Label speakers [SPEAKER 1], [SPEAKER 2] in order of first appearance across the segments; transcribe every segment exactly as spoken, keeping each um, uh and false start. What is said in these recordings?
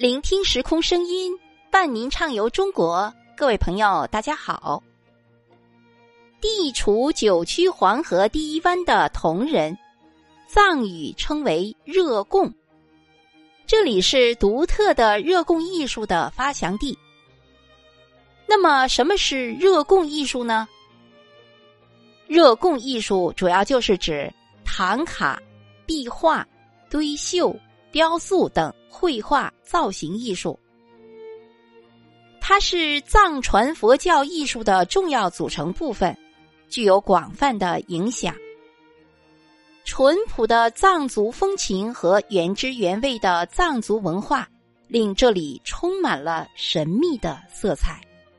[SPEAKER 1] 聆听时空声音，伴您畅游中国。各位朋友大家好。地处九曲黄河第一湾的铜仁，藏语称为热贡，这里是独特的热贡艺术的发祥地。那么什么是热贡艺术呢？热贡艺术主要就是指唐卡、壁画、堆绣、雕塑等绘画造型艺术，它是藏传佛教艺术的重要组成部分，具有广泛的影响。淳朴的藏族风情和原汁原味的藏族文化，令这里充满了神秘的色彩。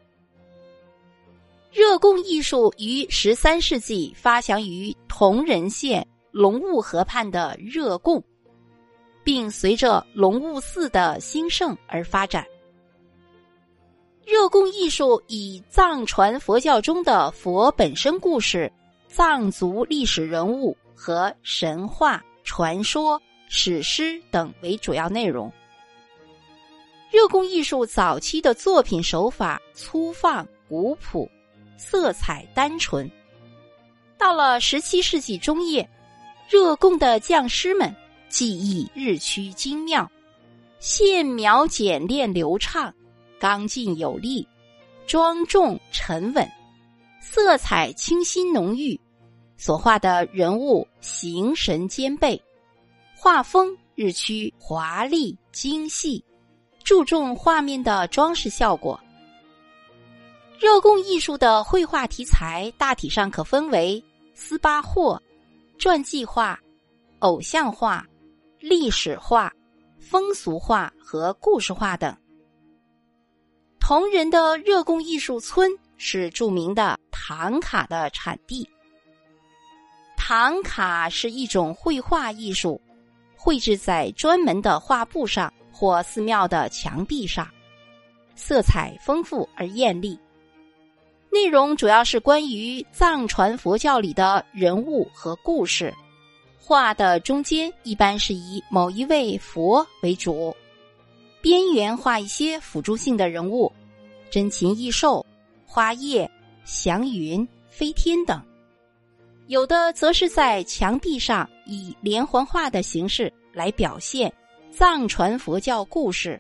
[SPEAKER 1] 热贡艺术于十三世纪发祥于铜仁县龙雾河畔的热贡，并随着龙雾寺的兴盛而发展。热贡艺术以藏传佛教中的佛本身故事、藏族历史人物和神话、传说、史诗等为主要内容。热贡艺术早期的作品手法粗放古朴，色彩单纯。到了十七世纪中叶，热贡的匠师们技艺日趋精妙，线描简练流畅，刚劲有力，庄重沉稳，色彩清新浓郁，所画的人物形神兼备，画风日趋华丽精细，注重画面的装饰效果。热贡艺术的绘画题材大体上可分为斯巴霍、传记画、偶像画、历史画、风俗画和故事画等。铜仁的热贡艺术村是著名的唐卡的产地。唐卡是一种绘画艺术，绘制在专门的画布上或寺庙的墙壁上，色彩丰富而艳丽。内容主要是关于藏传佛教里的人物和故事，画的中间一般是以某一位佛为主，边缘画一些辅助性的人物，珍禽异兽、花叶、祥云、飞天等。有的则是在墙壁上以连环画的形式来表现藏传佛教故事。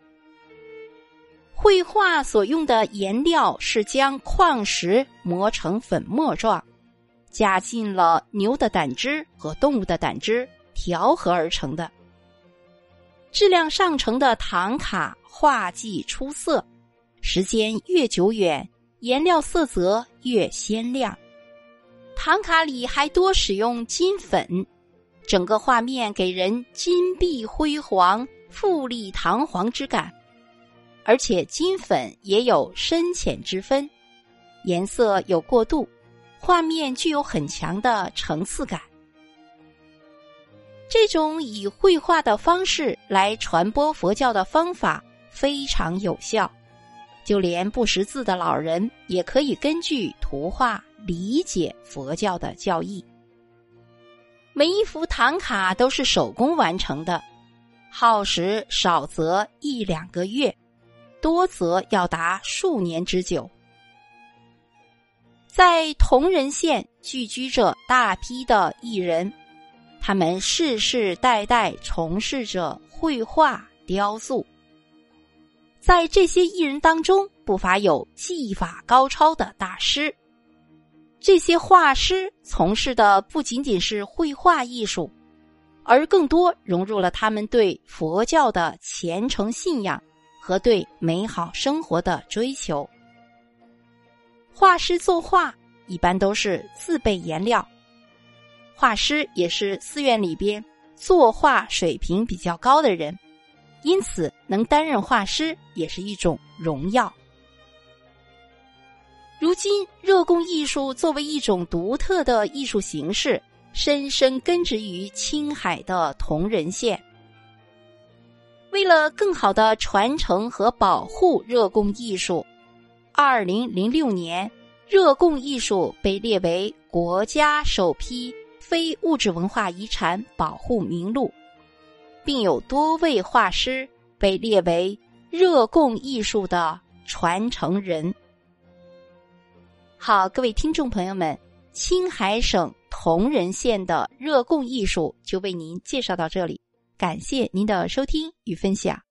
[SPEAKER 1] 绘画所用的颜料是将矿石磨成粉末状，加进了牛的胆汁和动物的胆汁调和而成的。质量上乘的唐卡画技出色，时间越久远，颜料色泽越鲜亮。唐卡里还多使用金粉，整个画面给人金碧辉煌、富丽堂皇之感。而且金粉也有深浅之分，颜色有过渡，画面具有很强的层次感。这种以绘画的方式来传播佛教的方法非常有效，就连不识字的老人也可以根据图画理解佛教的教义。每一幅唐卡都是手工完成的，耗时少则一两个月，多则要达数年之久。在铜仁县聚居着大批的艺人，他们世世代代从事着绘画雕塑。在这些艺人当中，不乏有技法高超的大师。这些画师从事的不仅仅是绘画艺术，而更多融入了他们对佛教的虔诚信仰和对美好生活的追求。画师作画一般都是自备颜料，画师也是寺院里边作画水平比较高的人，因此能担任画师也是一种荣耀。如今热贡艺术作为一种独特的艺术形式，深深根植于青海的铜仁县。为了更好地传承和保护热贡艺术，二零零六年热贡艺术被列为国家首批非物质文化遗产保护名录，并有多位画师被列为热贡艺术的传承人。好，各位听众朋友们，青海省铜仁县的热贡艺术就为您介绍到这里，感谢您的收听与分享。